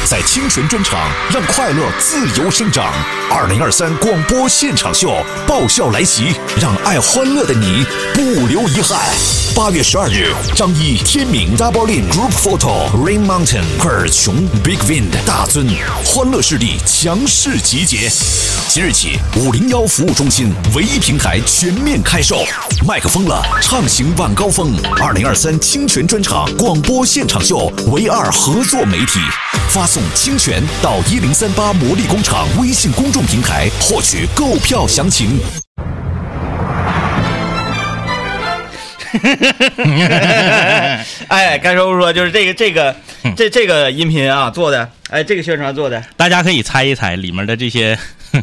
在清泉专场让快乐自由生长。2023广播现场秀爆笑来袭，让爱欢乐的你不留遗憾。8月12日，张一、天明、Double In Group Photo、Rain Mountain、科尔琼、Big Wind、大尊，欢乐势力强势集结。即日起，501服务中心唯一平台全面开售，麦克风了，畅行晚高峰。2023清泉专场广播现场秀唯2合作媒体，发送清泉到1038魔力工厂微信公众平台获取购票详情。 哎，该说不说，就是这个音频啊做的，哎，这个宣传做的， 大家可以猜一猜里面的这些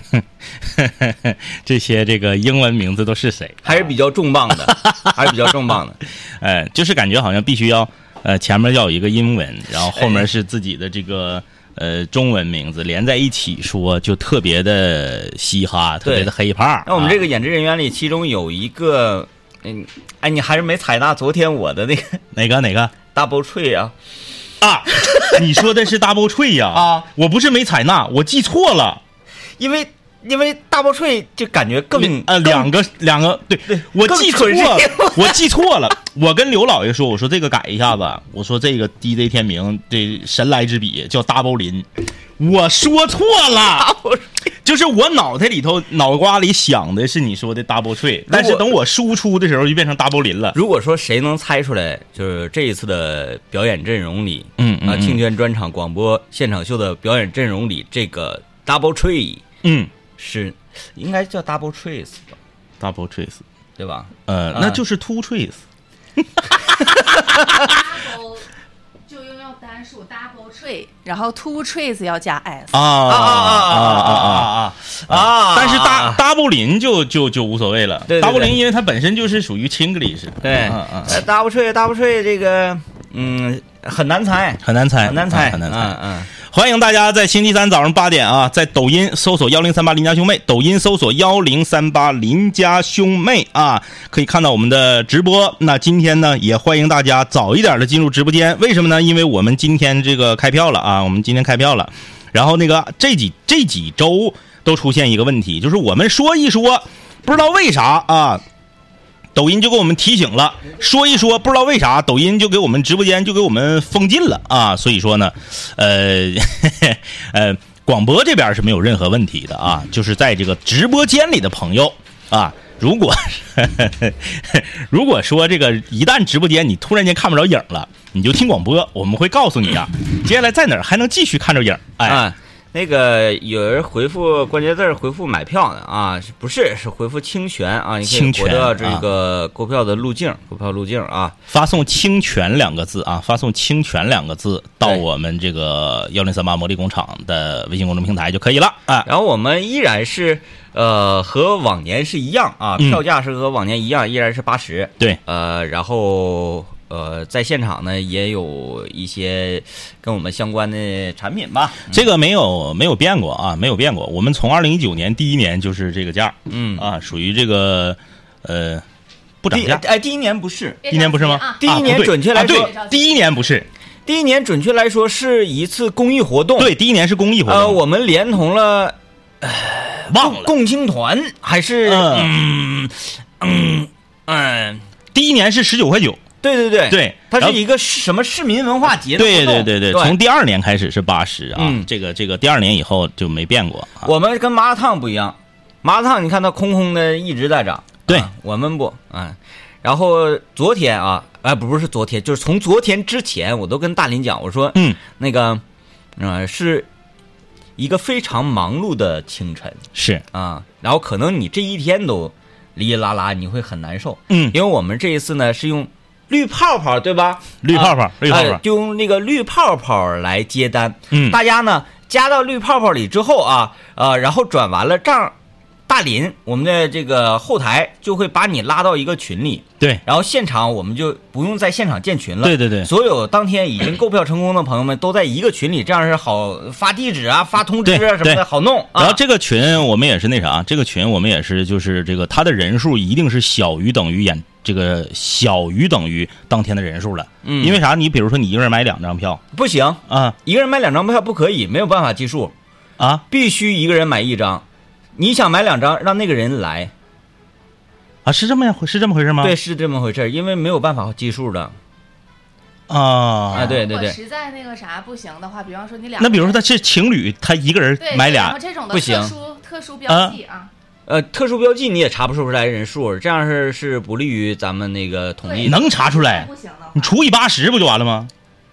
这个英文名字都是谁， 还是比较重磅的，还是比较重磅的。 就是感觉好像必须要前面要有一个英文，然后后面是自己的这个中文名字连在一起说，就特别的嘻哈，特别的黑怕。 那我们这个演职人员里，其中有一个。哎，你还是没采纳昨天我的那个哪个 double tree 啊？ 你说的是 double tree 呀？ 啊， 我不是没采纳，我记错了， 因为 double tree 就感觉更两个对，我记错了，我跟刘老爷说，我说这个改一下子，我说这个 DJ 天明这神来之笔叫 double 林，我说错了。就是我脑瓜里想的是你说的 double tree， 但是等我输出的时候就变成 double 林了。 如果说谁能猜出来，就是这一次的表演阵容里，清泉专场广播现场秀的表演阵容里，这个 double tree， 是应该叫 double trees 吧 ？double trees， 对吧？ 那就是 two trees。 单数 double tree， 然后 two trees 要加 s。 但是double 林就无所谓了。 对 ，double 林因为它本身就是属于 Chinglish。 对，double tree 这个很难猜。 欢迎大家在星期三早上8点啊，在抖音搜索1038邻家兄妹，抖音搜索1038邻家兄妹啊，可以看到我们的直播。那今天呢，也欢迎大家早一点的进入直播间。为什么呢？因为我们今天这个开票了啊，然后那个这几周都出现一个问题，就是我们说一说，不知道为啥啊。抖音就给我们提醒了，说一说不知道为啥抖音就给我们直播间就给我们封禁了啊，所以说呢广播这边是没有任何问题的啊，就是在这个直播间里的朋友啊，如果说这个一旦直播间你突然间看不着影了，你就听广播，我们会告诉你啊接下来在哪儿还能继续看着影。 那个有人回复关键字回复买票的啊，不是回复清泉啊，你可以获得这个购票的路径，购票路径啊， 发送清泉2个字啊，发送清泉2个字到我们这个1038魔力工厂的微信公众平台就可以了啊。 然后我们依然是和往年是一样啊，票价是和往年一样，依然是80。 对， 然后在现场呢也有一些跟我们相关的产品吧， 这个没有变过啊，没有变过。我们从2019年第一年就是这个价，属于这个不涨价。 第一年不是， 第一年不是吗？ 第一年准确来说， 对，第一年不是， 第一年准确来说是一次公益活动。 对，第一年是公益活动。 我们连同了忘了共青团还是第一年是19.9块。 对，它是一个什么市民文化节的活动。 对，从第2年开始是80啊，这个第2年以后就没变过。 我们跟麻辣烫不一样，麻辣烫你看它空的一直在涨， 对， 我们不然后昨天不是昨天，就是从昨天之前，我都跟大林讲，我说那个是一个非常忙碌的清晨， 是啊，然后可能你这一天都哩哩啦啦，你会很难受，因为我们这一次呢是用绿泡泡，对吧？绿泡泡，就用那个绿泡泡来接单。大家呢加到绿泡泡里之后啊，然后转完了账，大林我们的这个后台就会把你拉到一个群里。 对， 然后现场我们就不用在现场建群了。 对， 所有当天已经购票成功的朋友们都在一个群里，这样是好发地址啊、发通知啊什么的好弄。 然后这个群我们也是那啥，这个群我们也是就是这个它的人数一定是小于等于这个小于等于当天的人数了。因为啥？你比如说你一个人买2张票， 不行啊，一个人买2张票不可以，没有办法计数啊， 必须一个人买1张。你想买2张，让那个人来啊，是这么回事吗？ 对，是这么回事，因为没有办法计数的。对对对， 实在那个啥不行的话，比方说你俩， 那比如说他是情侣，他一个人买俩， 然后这种的不行， 特殊标记啊。 特殊标记你也查不出来人数，这样是不利于咱们那个统计。 能查出来？你除以80不就完了吗？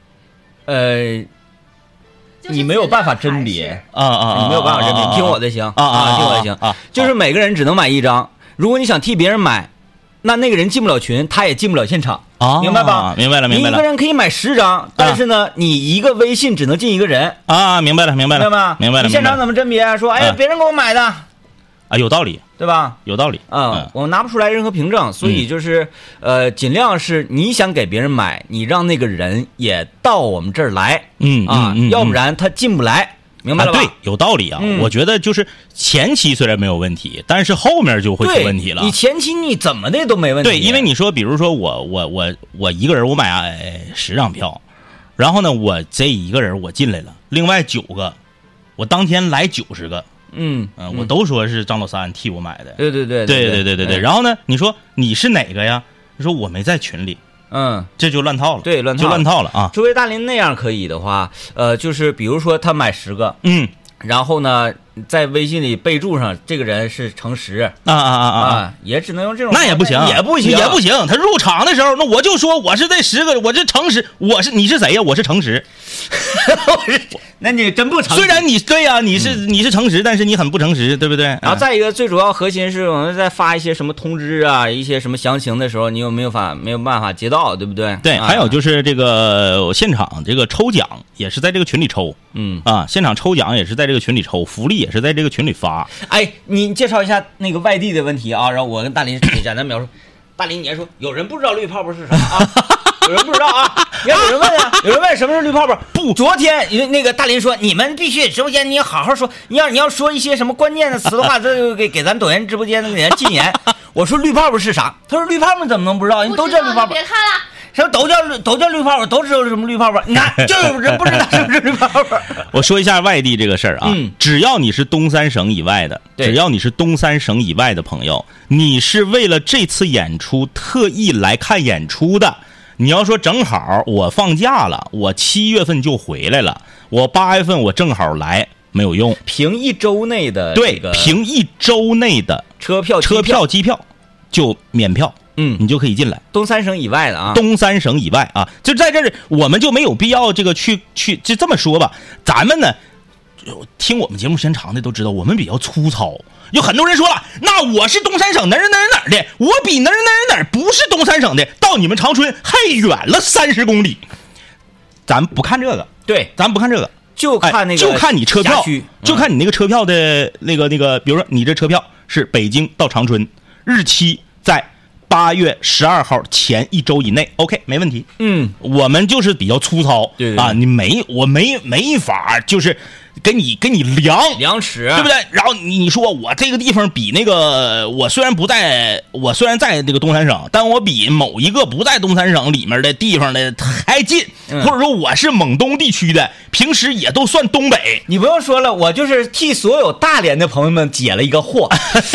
你没有办法甄别你没有办法甄别。听我的行听我的行就是每个人只能买1张。如果你想替别人买，那个人进不了群，他也进不了现场。明白吧？ 明白了。 你一个人可以买10张，但是呢，你一个微信只能进1个人啊。明白了。 你现场怎么甄别？说哎呀，别人给我买的啊，有道理， 对吧？ 有道理我拿不出来任何凭证，所以就是尽量是你想给别人买，你让那个人也到我们这儿来，要不然他进不来。明白了吧？ 对，有道理啊。我觉得就是前期虽然没有问题，但是后面就会出问题了。 你前期你怎么的都没问题。 对，因为你说，比如说我一个人我买10张票，然后呢，我这一个人我进来了，另外9个，我当天来90个，我都说是张老三替我买的。对。然后呢，你说你是哪个呀？你说我没在群里。这就乱套了， 对， 就乱套了啊！ 除非大林那样可以的话，就是比如说他买10个，然后呢，在微信里备注上这个人是诚实也只能用这种， 那也不行， 也不行。 他入场的时候，那我就说我是这10个，我是诚实，你是谁呀？我是诚实。 那你真不诚实。 虽然你对呀，你是诚实，但是你很不诚实，对不对？ 然后再一个，最主要核心是我们在发一些什么通知啊，一些什么详情的时候，你没有办法接到，对不对？ 对，还有就是这个现场这个抽奖也是在这个群里抽，现场抽奖也是在这个群里抽，福利也是在这个群里发。 哎，你介绍一下那个外地的问题啊，然后我跟大林简单描述。大林，你还说有人不知道绿泡泡是什么啊？有人不知道啊？你看有人问什么是绿泡泡？不，昨天那个大林说，你们必须直播间你要好好说，你要说一些什么关键的词的话，这就给咱抖音直播间的人禁言。我说绿泡泡是啥？他说绿泡泡怎么能不知道？你都叫绿泡泡。 别看了。 什么都叫绿泡泡，都知道什么绿泡泡。你看，就有人不知道什么是绿泡泡。 我说一下外地这个事儿啊，只要你是东三省以外的，朋友，你是为了这次演出特意来看演出的。你要说正好我放假了，我7月份就回来了，我8月份我正好来，没有用。 凭1周内的凭1周内的车票机票就免票。你就可以进来。 东三省以外的啊， 就在这儿，我们就没有必要这个去，就这么说吧。咱们呢，听我们节目时间长的都知道，我们比较粗糙。有很多人说了，那我是东三省哪儿的，我比哪儿不是东三省的，到你们长春还远了30公里。咱不看这个， 对， 咱不看这个， 就看那个， 就看你车票，就看你那个车票的那个，比如说你这车票是北京到长春，日期在8月12号前1周以内 ，OK， 没问题。我们就是比较粗糙， 对啊，我没法就是给你量尺， 对不对？然后你说我这个地方比那个，我虽然在这个东三省，但我比某一个不在东三省里面的地方的还近，或者说我是蒙东地区的，平时也都算东北。 你不用说了，我就是替所有大连的朋友们解了一个惑。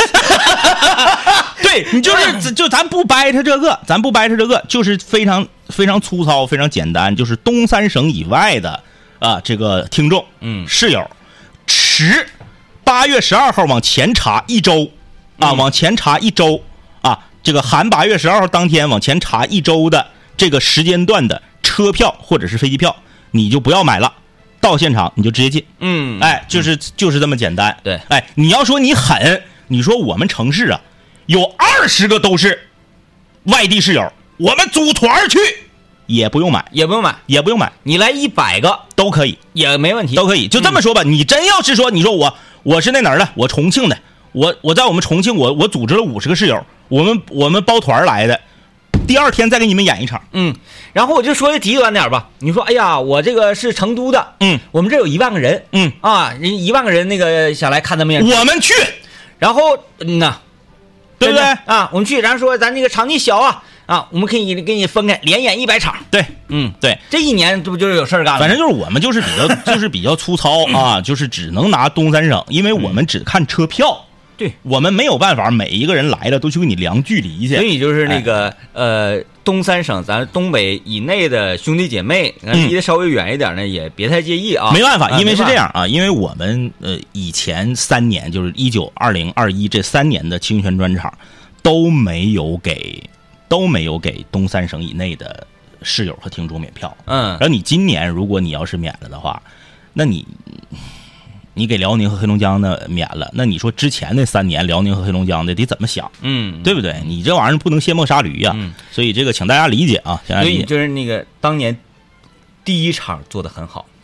对，你就咱不掰扯这个，就是非常非常粗糙，非常简单，就是东三省以外的这个听众，室友，迟8月12号往前查1周往前查1周这个含8月12号当天往前查1周的这个时间段的车票或者是飞机票，你就不要买了，到现场你就直接进。就是这么简单。 对， 你要说你狠，你说我们城市有20个都是外地室友，我们组团去也不用买， 你来100个都可以， 也没问题， 都可以。就这么说吧，你真要是说，你说我是那哪儿的，我重庆的，我在我们重庆，我组织了50个室友，我们包团来的，第2天再给你们演一场。 然后我就说的极端点吧，你说哎呀，我这个是成都的，我们这有1万个人，人1万个人那个想来看他们演出， 我们去， 然后对对不对啊？我们去，咱说咱这个场地小啊，我们可以给你分开，连演100场。 对，对， 这一年这不就是有事儿干了？ 反正就是我们就是比较粗糙啊，就是只能拿东三省，因为我们只看车票。 对， 我们没有办法每一个人来了都去给你量距离去。 所以就是那个东三省咱东北以内的兄弟姐妹，离得稍微远一点呢，也别太介意啊。 没办法，因为是这样啊，因为我们以前3年就是19、20、21这3年的清泉专场都没有给东三省以内的室友和听众免票。然后你今年如果你要是免了的话，那你给辽宁和黑龙江的免了，那你说之前那3年辽宁和黑龙江的得怎么想？对不对？你这玩意儿不能卸磨杀驴呀。所以这个请大家理解啊。 所以就是那个当年第1场做的很好。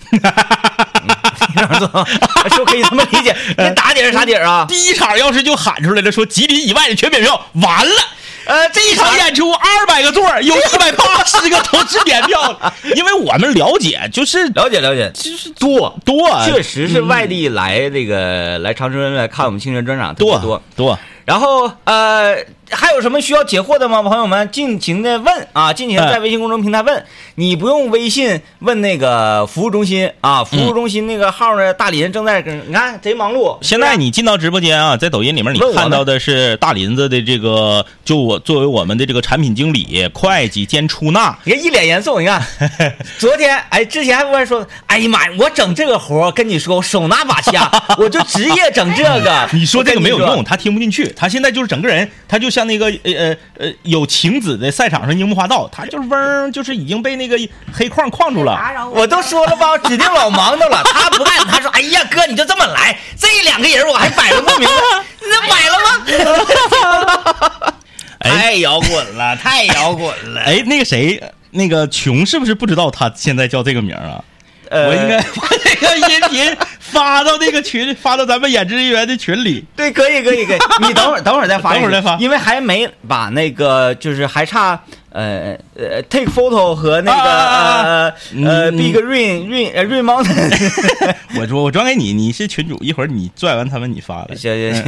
说可以这么理解，那打底儿啥底儿啊？ 第1场要是就喊出来了，说吉林以外的全免票，完了。这一场演出200个座，有180个都是免票，因为我们了解，就是了解， 就是多， 确实是外地来这个来长春来看我们清泉专场特别多。 然后还有什么需要解惑的吗？朋友们尽情的问啊，尽情在微信公众平台问，你不用微信问那个服务中心啊，服务中心那个号呢，大林正在你看贼忙碌。 现在你进到直播间啊，在抖音里面你看到的是大林子的这个，就我作为我们的这个产品经理、会计兼出纳， 你看一脸严肃。你看昨天之前还不是说，哎呀妈呀，我整这个活跟你说，我手拿把掐，我就职业整这个。 你说这个没有用，他听不进去，他现在就是整个人，他就像那个有晴子的赛场上樱木花道，他就是嗡，就是已经被那个黑框框住了。 我都说了吧，指定老忙的了，他不干，他说，哎呀哥，你就这么来，这2个人我还摆了不明白，你这摆了吗？太摇滚了，太摇滚了。 那个谁，那个琼是不是不知道他现在叫这个名啊？我应该把这个音频发到那个群，发到咱们演职人员的群里。 对，可以。你等会儿再发，因为还没把那个就是还差take photo 和那个big rain mountain。 我转给你，你是群主，一会儿你拽完他们你发来。 行。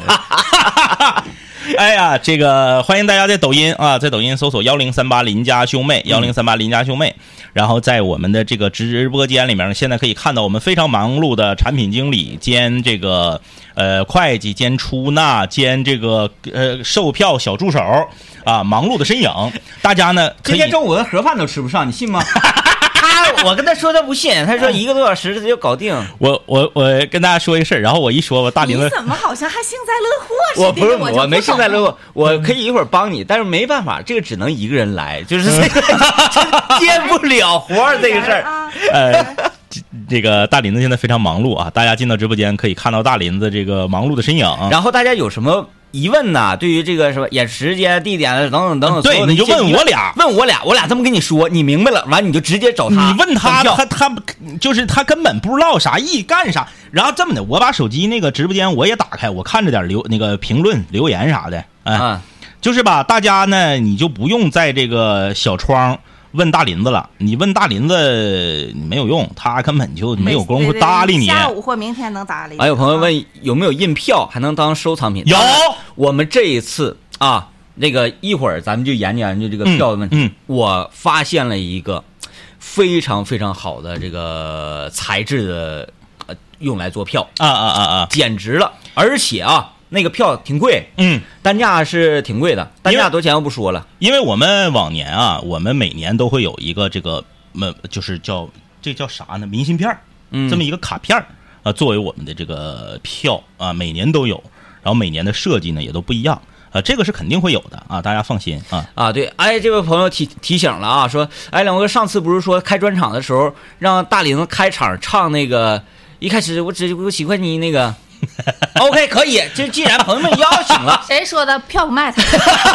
哎呀，这个欢迎大家在抖音啊，在抖音搜索1038邻家兄妹，1038邻家兄妹，然后在我们的这个直播间里面，现在可以看到我们非常忙碌的产品经理兼这个会计兼出纳兼这个售票小助手啊，忙碌的身影。大家呢， 今天中午的盒饭都吃不上，你信吗？我跟他说他不信，他说1个多小时他就搞定。 我跟大家说一个事儿，然后我一说，我大林子你怎么好像还幸灾乐祸似的？ 我不是，我没幸灾乐祸，我可以一会儿帮你，但是没办法，这个只能1个人来，就是这个接不了活儿这个事儿。 这个大林子现在非常忙碌啊，大家进到直播间可以看到大林子这个忙碌的身影。 然后大家有什么疑问呢？对于这个什么演时间、地点等等， 对，你就问我俩， 我俩这么跟你说，你明白了，完你就直接找他。 你问他就是他根本不知道啥意干啥。然后这么的，我把手机那个直播间我也打开，我看着点那个评论留言啥的，就是吧，大家呢你就不用在这个小窗问大林子了，你问大林子没有用，他根本就没有功夫搭理你。 下午或明天能搭理你。 还有朋友问有没有印票还能当收藏品？ 有， 我们这一次啊，那个一会儿咱们就研究这个票的问题。我发现了一个非常非常好的这个材质的用来做票简直了，而且啊。那个票挺贵，单价是挺贵的，单价多少钱我不说了。 因为我们往年啊，我们每年都会有一个这个就是叫啥呢？明信片，这么一个卡片作为我们的这个票啊，每年都有，然后每年的设计呢也都不一样。这个是肯定会有的啊，大家放心啊。 对，这位朋友提醒了啊，说两位哥上次不是说开专场的时候让大林子开场唱那个一开始我喜欢你那个。OK， 可以。这既然朋友们邀请了， 谁说的？票不卖他。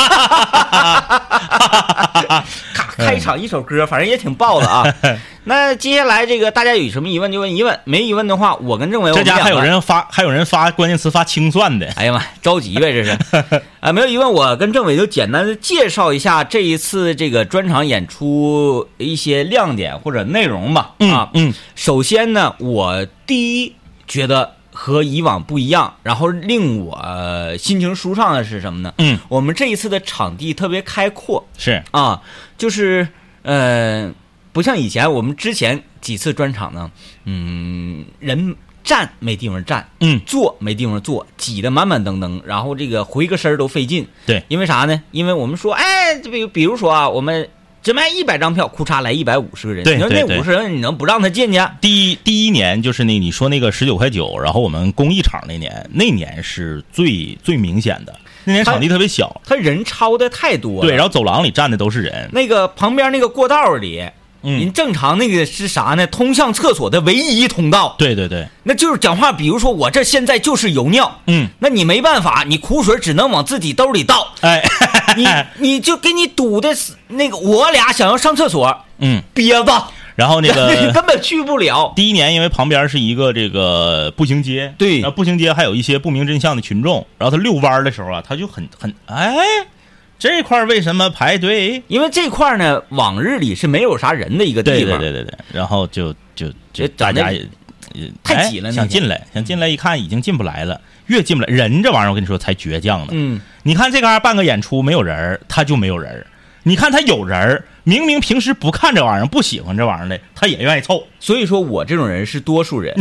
开场一首歌，反正也挺爆的啊。那接下来这个大家有什么疑问就问疑问，没疑问的话，我跟政委这家还有人发关键词发清算的。 哎呀妈，着急呗这是。没有疑问，我跟政委就简单的介绍一下这一次这个专场演出一些亮点或者内容吧。首先呢，我第一觉得和以往不一样，然后令我心情舒畅的是什么呢？我们这一次的场地特别开阔， 是啊，就是不像以前我们之前几次专场呢，人站没地方站，坐没地方坐，挤得满满登登，然后这个回个身都费劲。 对， 因为啥呢？因为我们说，比如说啊，我们只卖100张票，库嚓来150个人， 对， 你说那50人你能不让他进去？ 第一年就是你说那个19块9，然后我们公益场那年是最明显的，那年场地特别小， 他人超的太多了， 对，然后走廊里站的都是人， 那个旁边那个过道里。您正常那个是啥呢？通向厕所的唯一通道。 对对对， 那就是讲话，比如说我这现在就是有尿，那你没办法，你苦水只能往自己兜里倒，你就给你堵的那个，我俩想要上厕所，憋着， 然后那个根本去不了。 第一年因为旁边是一个这个步行街， 对， 然后步行街还有一些不明真相的群众，然后他遛弯的时候啊，他就很这块为什么排队？ 因为这块呢，往日里是没有啥人的一个地方。 对，然后就大家太挤了， 想进来一看已经进不来了，越进不来人这玩意儿我跟你说才倔强呢。你看这嘎办个演出没有人，他就没有人；你看他有人，明明平时不看这玩意儿，不喜欢这玩意儿的，他也愿意凑。 所以说我这种人是多数人。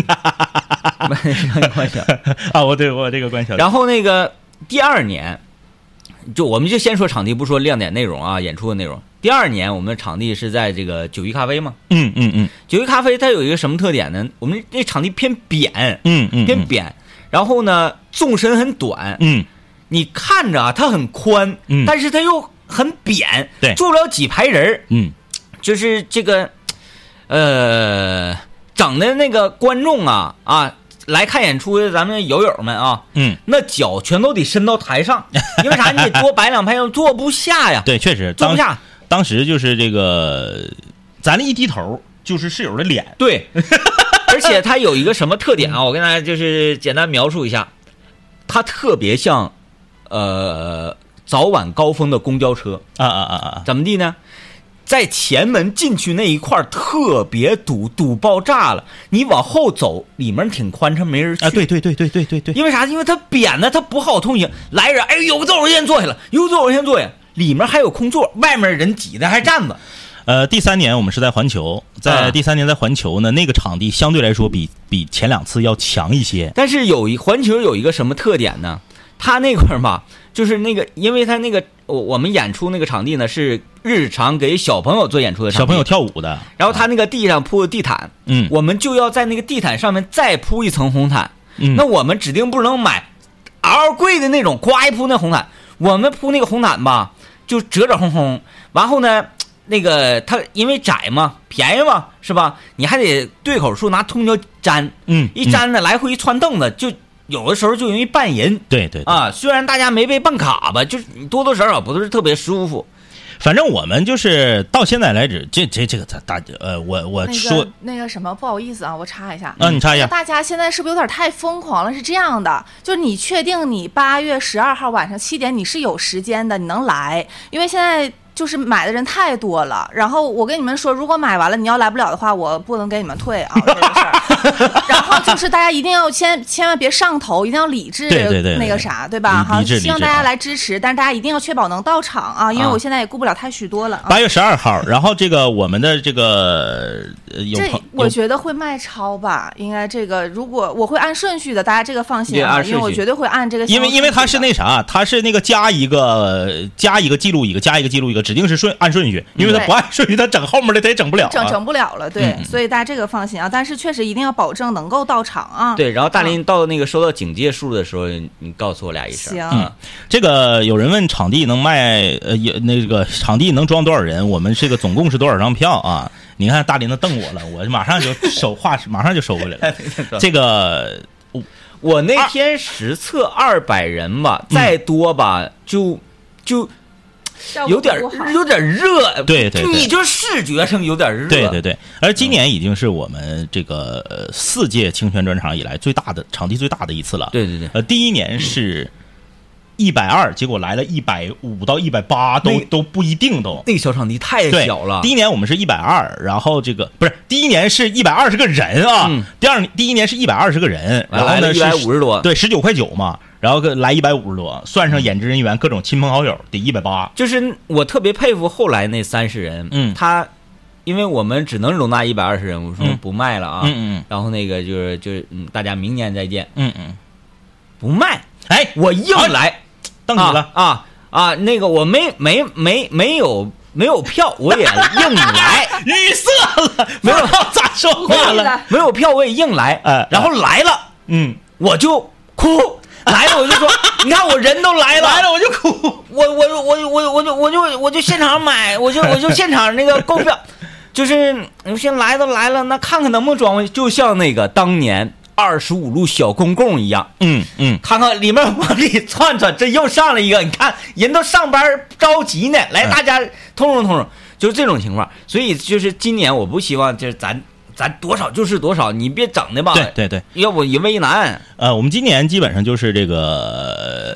啊，我这个关小。 然后那个第二年。我们就先说场地，不说亮点内容啊，演出的内容。第二年我们的场地是在这个九一咖啡嘛，九一咖啡它有一个什么特点呢？我们这场地偏扁，偏扁，然后呢纵深很短，你看着啊它很宽，但是它又很扁， 对， 坐不了几排人，就是这个整的那个观众啊来看演出的咱们友友们啊，那脚全都得伸到台上，因为啥？你得多摆两排，坐不下呀。 对，确实坐不下。 当时就是这个，咱一低头就是室友的脸。 对，而且它有一个什么特点啊？我跟大家就是简单描述一下，它特别像早晚高峰的公交车怎么地呢？在前门进去那一块特别堵爆炸了，你往后走里面挺宽敞没人去。 对， 因为啥？因为它扁的，它不好通行。来人，有个座我先坐下了，有个座我先坐下，里面还有空座，外面人挤的还站着。 第3年我们是在环球，在第3年在环球呢，那个场地相对来说比前2次要强一些。 但是环球有一个什么特点呢？它那块吧，就是那个，因为它那个我们演出那个场地呢是日常给小朋友做演出的场地， 小朋友跳舞的。 然后它那个地上铺的地毯，我们就要在那个地毯上面再铺一层红毯。那我们指定不能买嗷贵的那种，呱一铺那红毯，我们铺那个红毯吧，就折折轰轰。然后呢，那个它因为窄嘛，便宜嘛，是吧？你还得对口处拿通胶粘，一粘呢，来回一穿凳子就。有的时候就容易办人， 对啊，虽然大家没被办卡吧，就是多多少少不是特别舒服。 反正我们就是到现在来止，这个我说那个什么，不好意思啊，我插一下。 你插一下。 大家现在是不是有点太疯狂了？是这样的，就是你确定你8月12号晚上7点你是有时间的，你能来？因为现在。就是买的人太多了，然后我跟你们说，如果买完了你要来不了的话，我不能给你们退啊这个事儿。然后就是大家一定要千万别上头，一定要理智， 对那个啥，对吧？哈，希望大家来支持，但是大家一定要确保能到场啊，因为我现在也顾不了太许多了。 8月12号，然后这个我们的这个我觉得会卖超吧，应该这个如果我会按顺序的，大家这个放心啊，因为我绝对会按这个。 因为它是那啥，它是那个加一个记录一个，加一个记录一个。指定是按顺序，因为他不按顺序，他整后面的他也整不了， 整不了了。对，所以大家这个放心啊。但是确实一定要保证能够到场啊。 对，然后大林到那个收到警戒数的时候，你告诉我俩一声。 行。 这个有人问场地能卖那个场地能装多少人？我们这个总共是多少张票啊？你看大林子瞪我了，我马上就马上就收回来了。这个我那天实测200人吧，再多吧就。有点热， 对， 你就视觉上有点热， 对。而今年已经是我们这个4届清泉专场以来场地最大的一次了， 对。 第一年是 120，结果来了150到180，都不一定都。 那个小场地太小了。 第一年我们是120，然后这个不是第一年是120个人啊，第一年是120个人，然后呢 150多， 对，19.9块嘛，然后来150多，算上演职人员各种亲朋好友得180。 就是我特别佩服后来那30人，他因为我们只能容纳120人，我说不卖了啊，然后那个就是大家明年再见，不卖，哎，我硬来。 瞪你了那个我没有票，我也硬来， 语塞了，没有咋说话了， 没有票我也硬来，然后来了，我就哭，来了我就说，你看我人都来了我就哭， 我就现场买，我就现场那个购票，就是你现在来都来了，那看看能不能装回去，就像那个当年。25路小公共一样，看看里面往里窜窜，这又上了一个，你看人都上班着急呢，来大家通融，就是这种情况。所以就是今年我不希望就是咱多少就是多少，你别整的吧， 对， 要不也为难。 我们今年基本上就是这个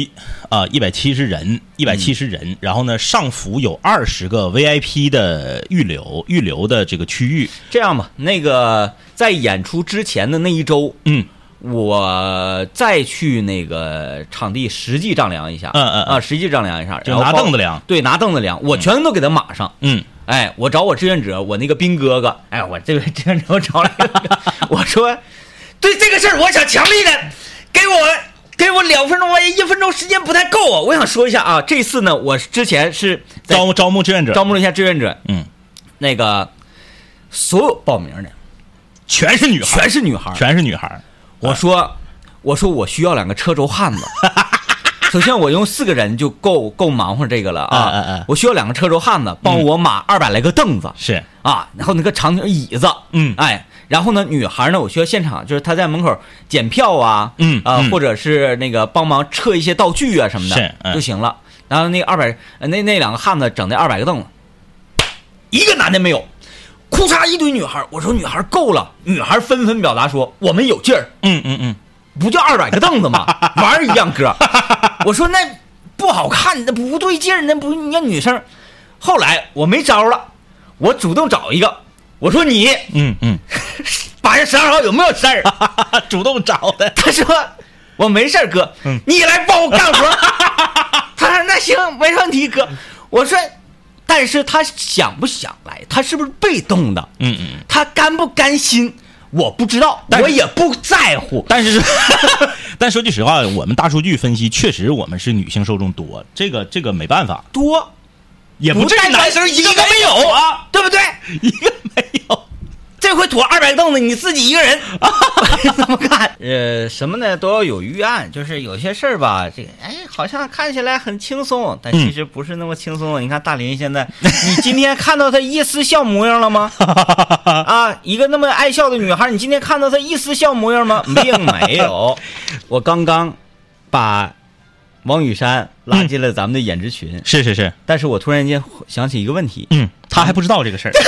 170人，然后呢上浮有20个 VIP 的预留的这个区域。 这样吧，那个在演出之前的那一周，我再去那个场地实际丈量一下，实际丈量一下， 就拿凳子量， 对，拿凳子量，我全都给他码上，哎，我找我志愿者，我那个兵哥哥，哎，我这位志愿者我找来了，我说，对这个事儿，我想强力的给我2分钟，我1分钟时间不太够啊，我想说一下啊，这次呢，我之前是招募志愿者， 招募了一下志愿者，那个所有报名的全是女孩，我说我需要2个车轴汉子。首先我用4个人就够忙活这个了啊！我需要2个车轴汉子帮我码200来个凳子， 是啊，然后那个长椅子，然后呢，女孩呢，我需要现场就是她在门口检票啊，或者是那个帮忙撤一些道具啊什么的，就行了。然后那200那2个汉子整那200个凳子，一个男的没有，哭嚓一堆女孩。我说女孩够了，女孩纷纷表达说我们有劲儿，不就200个凳子吗？玩一样歌。我说那不好看，那不对劲儿，那不你看女生。后来我没招了，我主动找一个，我说你8月12号有没有事儿？ 主动找的。 他说我没事儿哥，你来帮我干活。他说那行没问题哥。我说但是他想不想来，他是不是被动的？他甘不甘心？我不知道，我也不在乎。 但说句实话，我们大数据分析确实我们是女性受众多，这个没办法， 多也不至于男生一个没有啊， 对不对？ 一个没有。 这回妥200个凳子你自己一个人怎么干？什么呢都要有预案，就是有些事儿吧，这个好像看起来很轻松，但其实不是那么轻松。你看大林现在，你今天看到她一丝笑模样了吗？啊，一个那么爱笑的女孩，你今天看到她一丝笑模样吗？并没有。我刚刚把王雨山拉进了咱们的演职群， 是， 但是我突然间想起一个问题， 他还不知道这个事儿。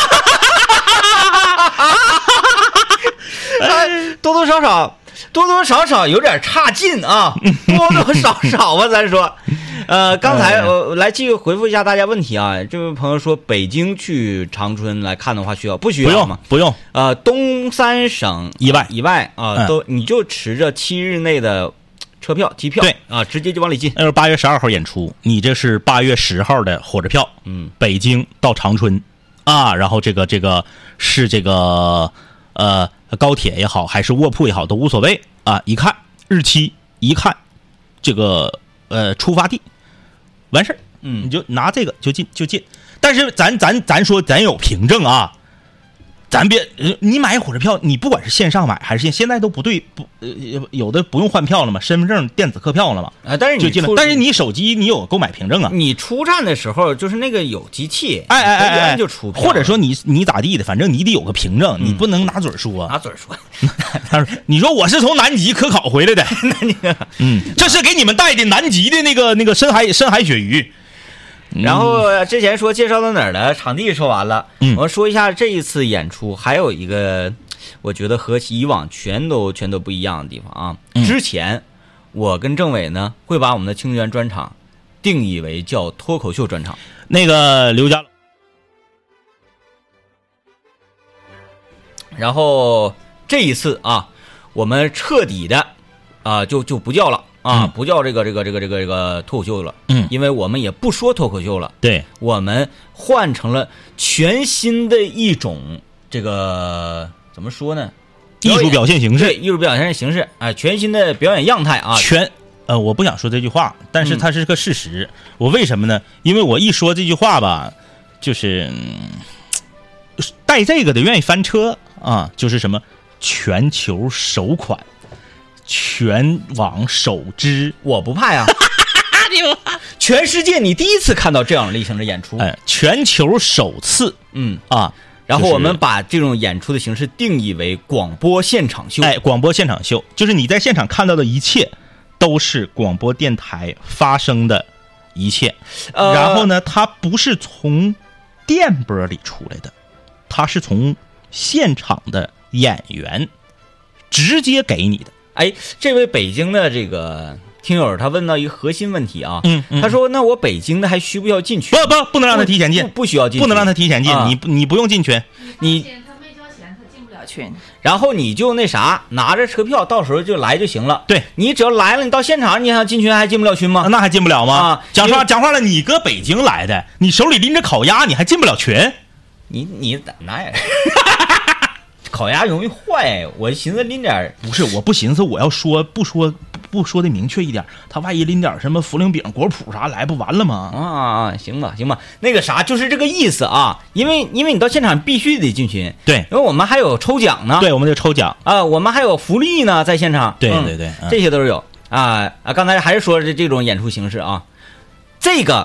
多多少少有点差劲啊，多多少少吧，咱说。刚才我来继续回复一下大家问题啊。这位朋友说，北京去长春来看的话，不需要吗？ 不用。 东三省以外啊，都你就持着7日内的车票、机票， 对啊，直接就往里进。 那是8月12号演出，你这是8月10号的火车票，北京到长春啊，然后这个是这个高铁也好，还是卧铺也好，都无所谓啊。一看日期，一看这个出发地，完事儿，你就拿这个就进。但是咱说咱有凭证啊，咱别你买火车票，你不管是线上买还是现在都不对，有的不用换票了嘛，身份证电子客票了嘛， 但是你就进了。但是你手机你有购买凭证啊， 你出站的时候就是那个有机器，就出票， 或者说你咋地的，反正你得有个凭证，你不能拿嘴说。 拿嘴说， 他说你说我是从南极科考回来的，这是给你们带的南极的那个深海鳕鱼。 然后之前说介绍到哪儿了，场地说完了，我说一下这一次演出还有一个我觉得和以往全都不一样的地方啊。之前我跟政委呢会把我们的清泉专场定义为叫脱口秀专场。 那个刘家， 然后这一次啊，我们彻底的就不叫了啊，不叫这个脱口秀了，因为我们也不说脱口秀了， 对， 我们换成了全新的一种这个怎么说呢？ 艺术表现形式， 对，艺术表现形式啊，全新的表演样态啊， 我不想说这句话，但是它是个事实。我为什么呢？因为我一说这句话吧，就是带这个的愿意翻车啊，就是什么全球首款、全网首支， 我不怕呀。全世界你第一次看到这样类型的演出， 全球首次， 然后我们把这种演出的形式定义为广播现场秀。 广播现场秀就是你在现场看到的一切都是广播电台发生的一切，然后呢，它不是从电波里出来的，它是从现场的演员直接给你的。 这位北京的这个听友他问到一个核心问题啊，他说那我北京的还需不需要进群？ 不能让他提前进， 不需要进群， 不能让他提前进，你不用进群， 你他没交钱，他进不了群。 然后你就那啥，拿着车票，到时候就来就行了。 对，你只要来了，你到现场，你想进群还进不了群吗？ 那还进不了吗？讲话了，你搁北京来的，你手里拎着烤鸭，你还进不了群？ 你哪样？烤鸭容易坏，我寻思拎点。 不是，我不寻思我要说不说的明确一点，他万一拎点什么茯苓饼、果脯啥来，不完了吗？ 行吧，那个啥就是这个意思啊，因为你到现场必须得进群， 对， 因为我们还有抽奖呢， 对，我们得抽奖啊，我们还有福利呢，在现场， 对， 这些都是有啊。刚才还是说这种演出形式啊，这个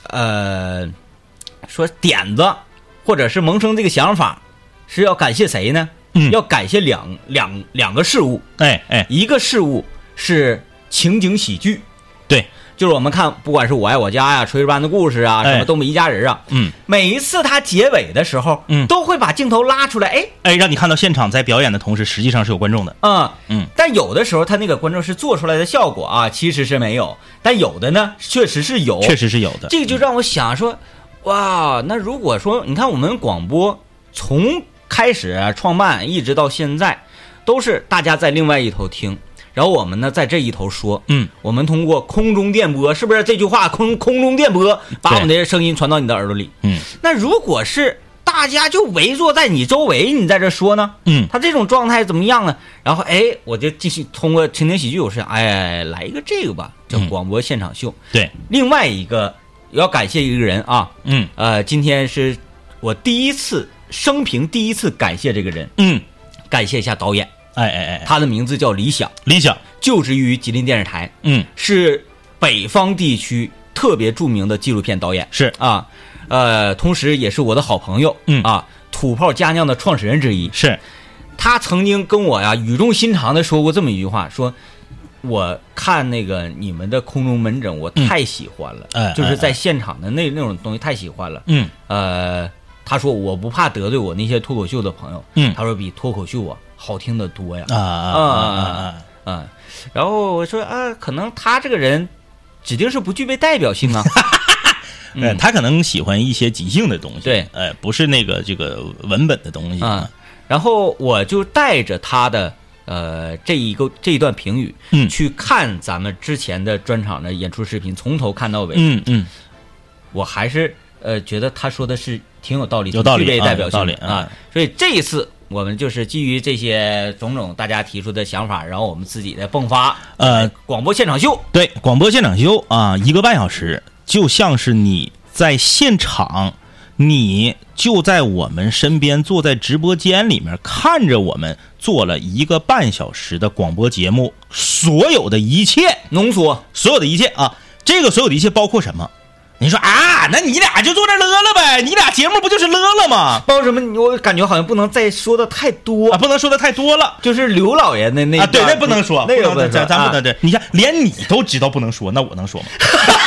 说点子或者是萌生这个想法是要感谢谁呢？要感谢两个事物，一个事物是情景喜剧， 对， 就是我们看不管是我爱我家呀、炊事班的故事啊、什么东北一家人啊，每一次他结尾的时候，都会把镜头拉出来， 让你看到现场在表演的同时，实际上是有观众的， 但有的时候他那个观众是做出来的效果啊，其实是没有，但有的呢，确实是有的，这个就让我想说，哇，那如果说你看我们广播从开始创办一直到现在，都是大家在另外一头听，然后我们呢在这一头说，我们通过空中电波，是不是这句话空中电波把我们的声音传到你的耳朵里？那如果是大家就围坐在你周围，你在这说呢，他这种状态怎么样呢？然后我就继续通过情景喜剧有事，来一个这个吧，叫广播现场秀。 对， 另外一个要感谢一个人啊，今天是我生平第一次感谢这个人，感谢一下导演，他的名字叫李想，就职于吉林电视台，是北方地区特别著名的纪录片导演， 是啊，同时也是我的好朋友，土炮佳酿的创始人之一， 是他曾经跟我语重心长的说过这么一句话，说我看那个你们的空中门诊我太喜欢了，就是在现场的那种东西太喜欢了，他说我不怕得罪我那些脱口秀的朋友，他说比脱口秀好听的多呀，然后我说可能他这个人指定是不具备代表性啊， 他可能喜欢一些即兴的东西， 对， 不是那个这个文本的东西然后我就带着他的这一段评语，去看咱们之前的专场的演出视频，从头看到尾，我还是觉得他说的是挺有道理， 有道理， 具备代表性啊。 所以这一次我们就是基于这些种种大家提出的想法，然后我们自己的迸发，广播现场秀， 对，广播现场秀啊，1个半小时，就像是你在现场，你就在我们身边，坐在直播间里面看着我们做了1个半小时的广播节目，所有的一切浓缩， 所有的一切啊，这个所有的一切包括什么？你说那你俩就坐这乐了呗？你俩节目不就是乐了吗？ 包括什么？我感觉好像不能再说的太多不能说的太多了。 就是刘老爷那对，那不能说， 那个不能说，咱不能对。你看，连你都知道不能说，那我能说吗？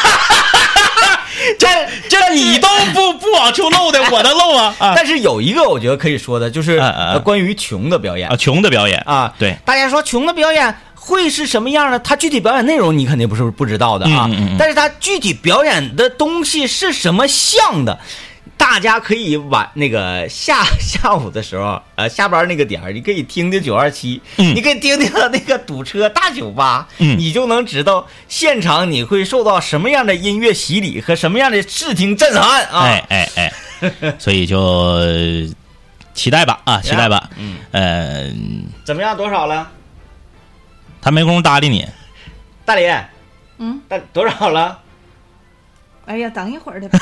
这你都不往出漏的，我能漏啊！ 但是有一个我觉得可以说的，就是关于穷的表演穷的表演啊， 对， 大家说穷的表演会是什么样呢？他具体表演内容你肯定不知道的啊，但是他具体表演的东西是什么像的，大家可以那个下午的时候，下班那个点儿，你可以听听927，你可以听听那个堵车大酒吧，你就能知道现场你会受到什么样的音乐洗礼和什么样的视听震撼啊！ 所以就期待吧啊，期待吧。 怎么样？多少了？ 他没工夫搭理你， 大李，多少了？ 哎呀，等一会儿的吧。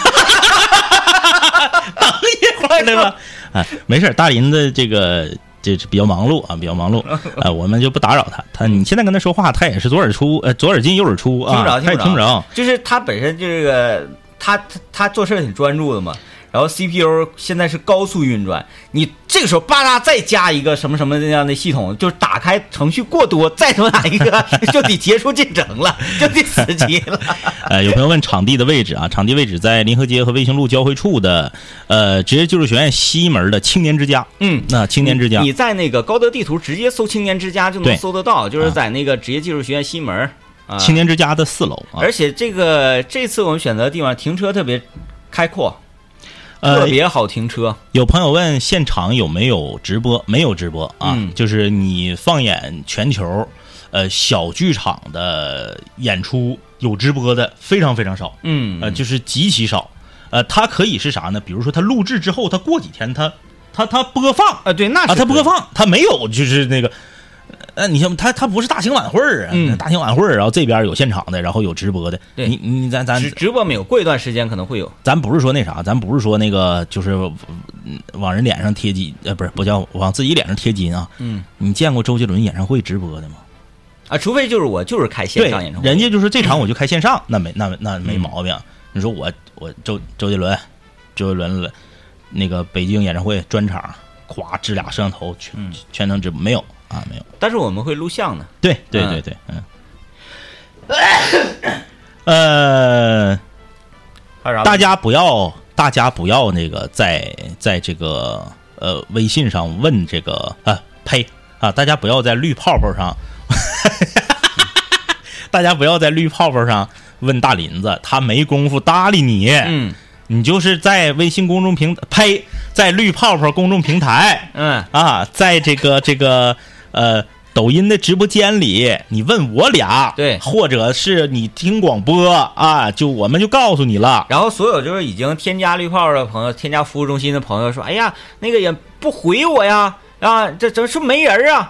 等一会儿的吧。没事，大林的这比较忙碌啊，比较忙碌。我们就不打扰他。你现在跟他说话，他也是左耳进右耳出啊，他也听不着。 就是他本身这个他做事挺专注的嘛。然后 CPU 现在是高速运转，你这个时候吧嗒再加一个什么什么那样的系统，就是打开程序过多，再多打一个就得结束进程了，就得死机了。 有朋友问场地的位置啊，场地位置在临河街和卫星路交汇处的职业技术学院西门的青年之家。那青年之家， 你在那个高德地图直接搜青年之家就能搜得到，就是在那个职业技术学院西门青年之家的4楼。 而且这次我们选择的地方停车特别开阔。特别好停车。 有朋友问现场有没有直播？没有直播啊，就是你放眼全球，小剧场的演出有直播的非常非常少，就是极其少。它可以是啥呢？比如说它录制之后，它过几天它播放啊，对，那是它播放，它没有就是那个。你像它不是大型晚会啊，大型晚会，然后这边有现场的，然后有直播的。你咱直播没有，过一段时间可能会有。 咱不是说那啥，咱不是说那个就是往人脸上贴金，不叫往自己脸上贴金啊。你见过周杰伦演唱会直播的吗？ 啊，除非就是我就是开线上演唱会， 人家就是这场我就开线上，那没毛病。你说我周杰伦那个北京演唱会专场，咵支俩摄像头全程直播没有？没有， 但是我们会录像的。 对，大家不要那个在这个微信上问这个大家不要在绿泡泡上，大家不要在绿泡泡上问大林子，他没工夫搭理你。你就是在微信公众平在绿泡泡公众平台，在这个抖音的直播间里，你问我俩， 对， 或者是你听广播啊，我们就告诉你了。 然后所有就是已经添加绿泡的朋友，添加服务中心的朋友说，哎呀，那个也不回我呀，这是没人啊，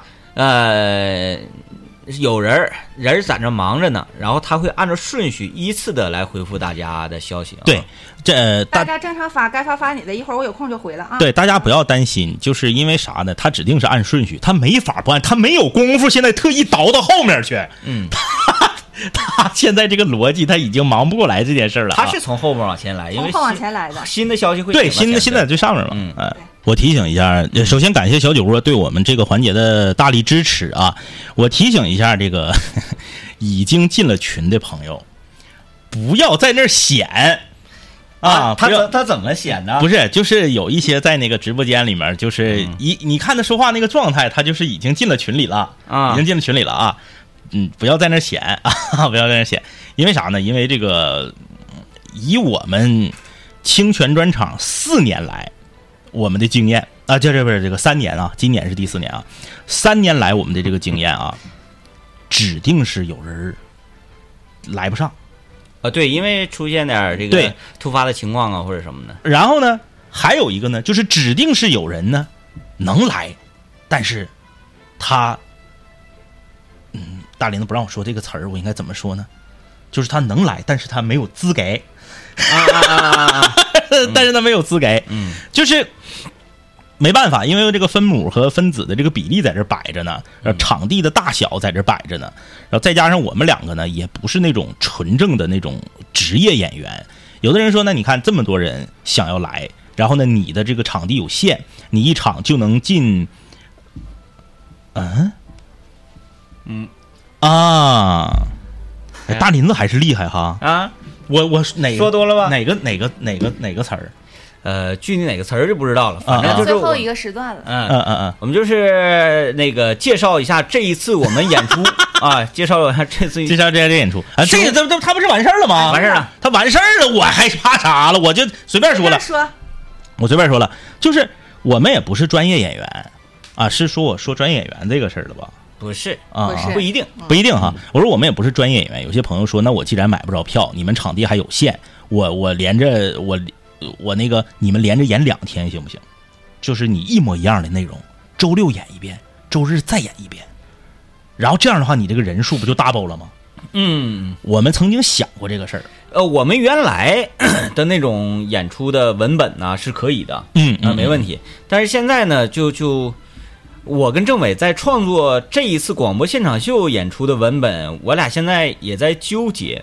有人在这忙着呢，然后他会按照顺序依次的来回复大家的消息。 对， 大家正常发，该发你的，一会儿我有空就回了啊。 对，大家不要担心，就是因为啥呢？他指定是按顺序，他没法不按，他没有功夫现在特意倒到后面去。他现在这个逻辑他已经忙不过来这件事了。 他是从后面往前来，因为从后往前来的新的消息会对新的最上面嘛。我提醒一下，首先感谢小酒窝对我们这个环节的大力支持啊！我提醒一下这个已经进了群的朋友，不要在那儿显啊！ 他怎么显呢？ 不是，就是有一些在那个直播间里面，就是你看他说话那个状态，他就是已经进了群里了啊，已经进了群里了啊！不要在那儿显啊，不要在那儿显，因为啥呢？因为这个以我们清泉专场4年来。我们的经验啊，这不是这个3年啊，今年是第4年啊，3年来我们的这个经验啊，指定是有人来不上啊，对，因为出现点这个突发的情况啊或者什么的。 然后呢，还有一个呢，就是指定是有人呢能来，但是他，大林子不让我说这个词儿，我应该怎么说呢？就是他能来，但是他没有资格。但是他没有资格，就是没办法，因为这个分母和分子的这个比例在这摆着呢，场地的大小在这摆着呢，然后再加上我们两个呢，也不是那种纯正的那种职业演员。有的人说呢，你看这么多人想要来，然后呢，你的这个场地有限，你一场就能进，大林子还是厉害哈啊。我哪个说多了吧？ 哪个词儿？ 具体哪个词儿就不知道了，反正就是最后一个时段了。 我们就是那个介绍一下这一次我们演出啊，介绍一下这次演出啊，这个他不是完事儿了吗？ 完事儿了， 他完事儿了，我还怕啥了？我就随便说了，我随便说了，就是我们也不是专业演员啊，是说我说专业演员这个事儿了吧？ 不是啊， 不一定哈。我说我们也不是专业演员，有些朋友说，那我既然买不着票，你们场地还有限，我连着我那个你们连着演2天行不行？就是你一模一样的内容，周六演一遍，周日再演一遍，然后这样的话，你这个人数不就 double 了吗？我们曾经想过这个事儿。 我们原来的那种演出的文本呢是可以的，没问题。但是现在呢，就我跟政委在创作这一次广播现场秀演出的文本，我俩现在也在纠结。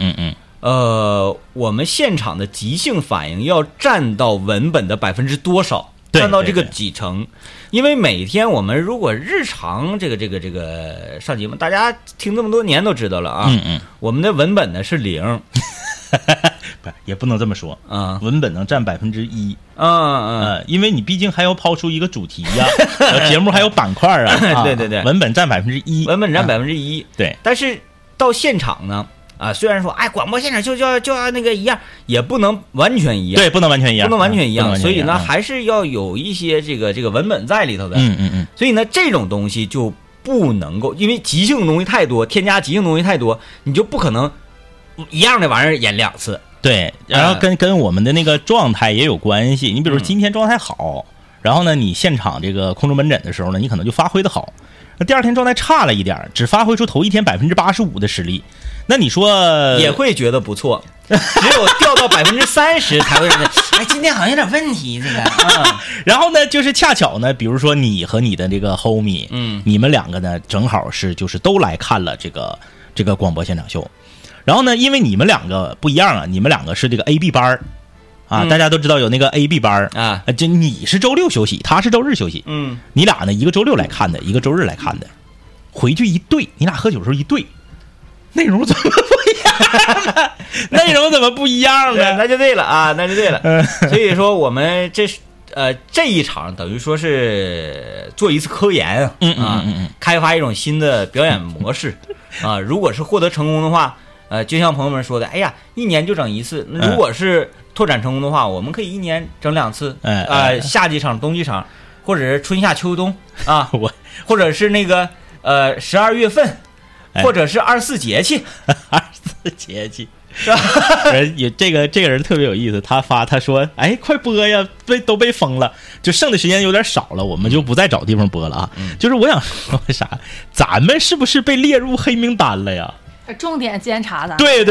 我们现场的即兴反应要占到文本的多少？占到这个几成？因为每天我们如果日常这个上节目，大家听这么多年都知道了啊。我们的文本呢是0。 不，也不能这么说啊。文本能占1%。因为你毕竟还要抛出一个主题呀，节目还有板块啊。 对， 文本占1%， 文本占1%。 对， 但是到现场呢？虽然说广播现场就要那个一样，也不能完全一样。 对，不能完全一样， 所以呢，还是要有一些这个文本在里头的。所以呢，这种东西就不能够，因为即兴的东西太多，添加即兴的东西太多，你就不可能一样的玩意儿演2次。 对，然后跟我们的那个状态也有关系。你比如今天状态好，然后呢，你现场这个空中门诊的时候呢，你可能就发挥的好。那第二天状态差了一点，只发挥出头一天85%的实力。那你说也会觉得不错，只有掉到30%才会觉得，今天好像有点问题这个。 然后呢，就是恰巧呢，比如说你和你的这个 homie，你们2个呢正好是就是都来看了这个广播现场秀。然后呢，因为你们2个不一样啊，你们2个是这个 A、B 班啊，大家都知道有那个 A、B 班啊，就你是周六休息，他是周日休息。你俩呢，一个周六来看的，一个周日来看的，回去一对，你俩喝酒的时候一对。内容怎么不一样呢？内容怎么不一样呢？ 那就对了啊，那就对了。所以说我们这一场等于说是做一次科研开发一种新的表演模式啊。如果是获得成功的话，就像朋友们说的，1年就整1次。如果是拓展成功的话，我们可以1年整2次。夏季场、冬季场，或者是春夏秋冬啊，或者是那个12月份。或者是24节气 ，24节气是吧？也这个人特别有意思，他说，快播呀，都被封了，就剩的时间有点少了，我们就不再找地方播了啊。就是我想说啥，咱们是不是被列入黑名单了呀？ 重点监察的。 对。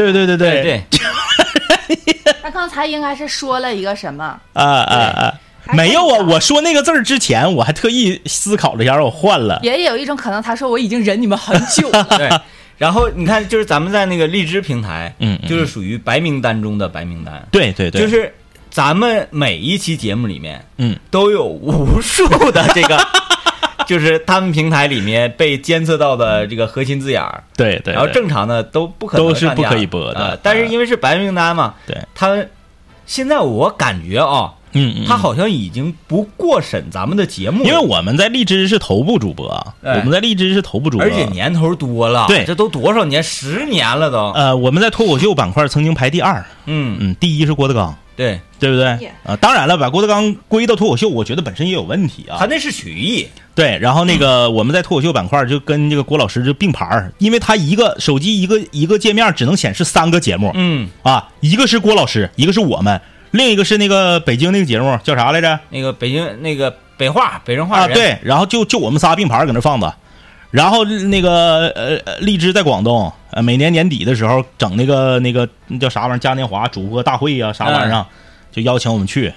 他刚才应该是说了一个什么没有啊！我说那个字儿之前，我还特意思考了一下，我换了。 也有一种可能，他说我已经忍你们很久了。 对，然后你看，就是咱们在那个荔枝平台，就是属于白名单中的白名单。 对， 就是咱们每一期节目里面，都有无数的这个，就是他们平台里面被监测到的这个核心字眼儿。 对， 然后正常的都不可能都是不可以播的， 但是因为是白名单嘛， 对， 他现在我感觉他好像已经不过审咱们的节目了， 因为我们在荔枝是头部主播，我们在荔枝是头部主播， 而且年头多了， 对， 这都多少年，10年了都。 我们在脱口秀板块曾经排第2，第1是郭德纲， 对不对？当然了，把郭德纲归到脱口秀，我觉得本身也有问题啊。 他那是曲艺， 对。然后那个我们在脱口秀板块就跟这个郭老师就并排，因为他一个手机一个界面只能显示3个节目，一个是郭老师，一个是我们。另一个是那个北京那个节目叫啥来着？ 那个北京那个北人话对，然后就我们仨并排搁那放着，然后那个荔枝在广东，每年年底的时候整那个叫啥玩意儿嘉年华主播大会啊啥玩意儿，就邀请我们去，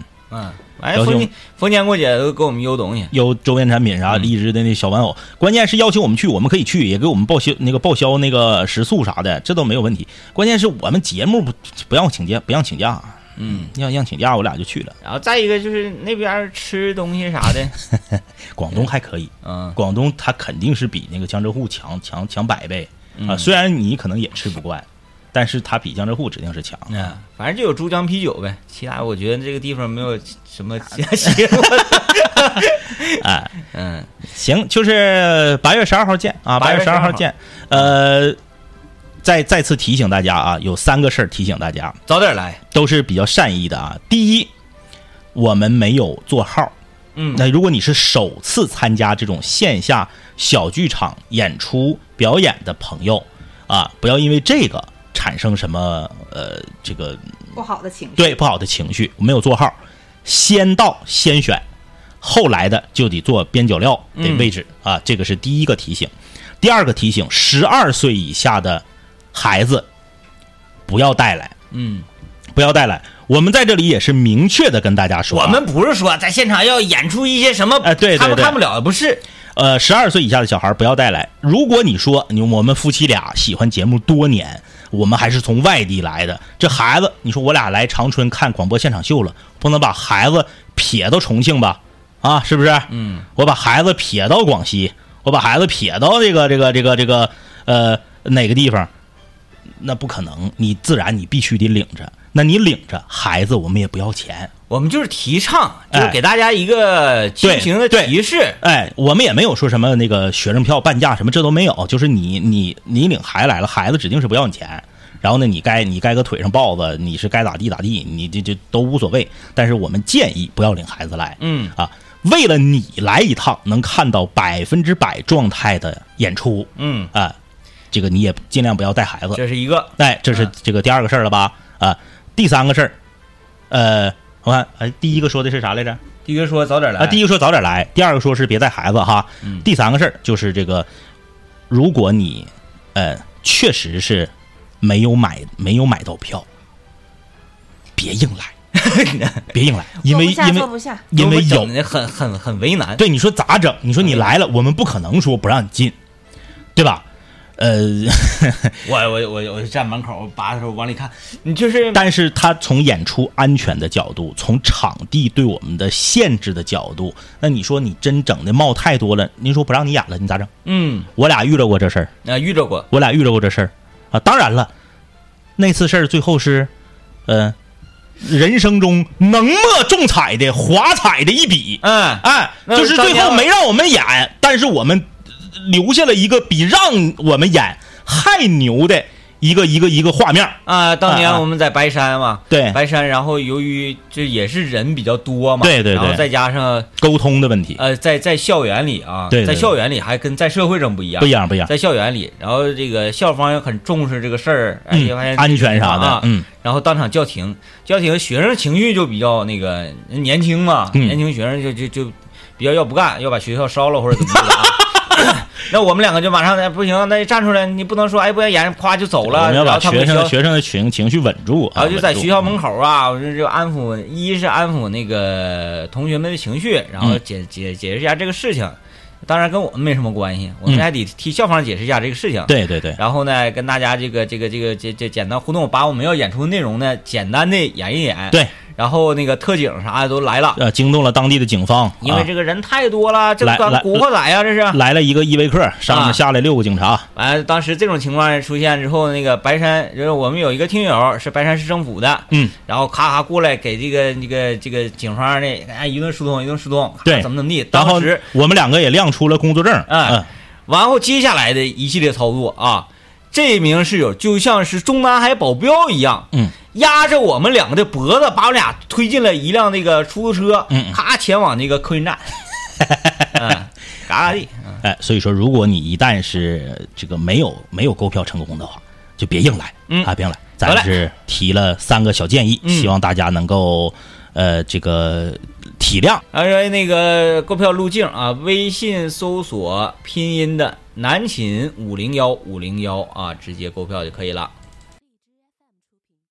逢年过节都给我们邮东西， 邮周边产品啥荔枝的那小玩偶，关键是邀请我们去，我们可以去，也给我们报销那个食宿啥的，这都没有问题。关键是我们节目不让请假，让请假我俩就去了。 然后再一个就是那边吃东西啥的， 广东还可以，广东它肯定是比那个江浙沪强100倍啊，虽然你可能也吃不惯， 但是它比江浙沪指定是强。 反正就有珠江啤酒呗，其他我觉得这个地方没有什么其他吸引我的。行，就是8月12号见啊，8月12号见。再次提醒大家啊，有3个事儿提醒大家， 早点来， 都是比较善意的啊。第一，我们没有做号。那如果你是首次参加这种线下小剧场演出表演的朋友啊，不要因为这个产生什么这个不好的情绪。 对，不好的情绪，没有做号，先到先选，后来的就得做边角料的位置啊，这个是第一个提醒。第二个提醒，12岁以下的孩子不要带来，不要带来。我们在这里也是明确的跟大家说， 我们不是说在现场要演出一些什么， 对， 他们看不了，不是。 12岁以下的小孩不要带来。如果你说我们夫妻俩喜欢节目多年，我们还是从外地来的，这孩子，你说我俩来长春看广播现场秀了，不能把孩子撇到重庆吧？啊，是不是？我把孩子撇到广西，我把孩子撇到这个哪个地方？那不可能，你自然你必须得领着。那你领着孩子，我们也不要钱， 我们就是提倡，就是给大家一个亲情的提示。 我们也没有说什么那个学生票半价什么，这都没有。就是你领孩子来了，孩子指定是不要你钱。然后呢，你该搁腿上抱子，你是该咋地咋地，你这都无所谓。但是我们建议不要领孩子来。为了你来一趟，能看到100%状态的演出。这个你也尽量不要带孩子。 这是一个。 这是这个第2个事儿了吧？第3个事儿，我看，第一个说的是啥来着？ 第一个说早点来， 第一个说早点来，第2个说是别带孩子哈。第3个事儿就是这个，如果你确实是没有买到票，别硬来，别硬来，因为有很为难。 对，你说咋整？你说你来了，我们不可能说不让你进，对吧？ 我站门口把手往里看，你就是， 但是他从演出安全的角度，从场地对我们的限制的角度，那你说你真整的冒太多了，您说不让你演了，你咋整？我俩遇着过这事儿， 遇着过， 我俩遇着过这事儿啊。当然了，那次事儿最后是，人生中浓墨重彩的华彩的一笔，就是最后没让我们演，但是我们留下了一个比让我们演还牛的一个画面啊！当年我们在白山嘛， 对， 白山，然后由于这也是人比较多嘛， 对， 然后再加上沟通的问题， 在校园里啊， 对， 在校园里还跟在社会上不一样，在校园里，然后这个校方也很重视这个事儿， 安全啥的， 然后当场叫停，学生情绪就比较那个年轻嘛，年轻学生就比较要不干，要把学校烧了或者怎么的啊。那我们2个就马上不行，那站出来，你不能说不要演，夸就走了。 我们要把学生的情绪稳住， 然后就在学校门口啊，我就安抚，一是安抚那个同学们的情绪，然后解释一下这个事情。当然跟我们没什么关系，我们还得替校方解释一下这个事情。 对。 然后呢，跟大家这简单互动，把我们要演出的内容呢简单的演一演。 对。 然后那个特警啥的都来了， 惊动了当地的警方， 因为这个人太多了，这个古惑仔呀，这是来了一个依维柯，上面下来6个警察。 完，当时这种情况出现之后，那个白山，就是我们有一个听友是白山市政府的，然后咔过来给这个警方的一顿疏通， 对， 怎么地。 然后我们2个也亮出了工作证， 完后接下来的一系列操作啊，这名室友就像是中南海保镖一样，压着我们2个的脖子，把我俩推进了一辆那个出租车，咔前往那个客运站，嘎地。 所以说，如果你一旦是这个没有购票成功的话，就别硬来，别硬来。咱是提了3个小建议，希望大家能够这个体谅。 那个购票路径啊，微信搜索拼音的南秦501啊，直接购票就可以了。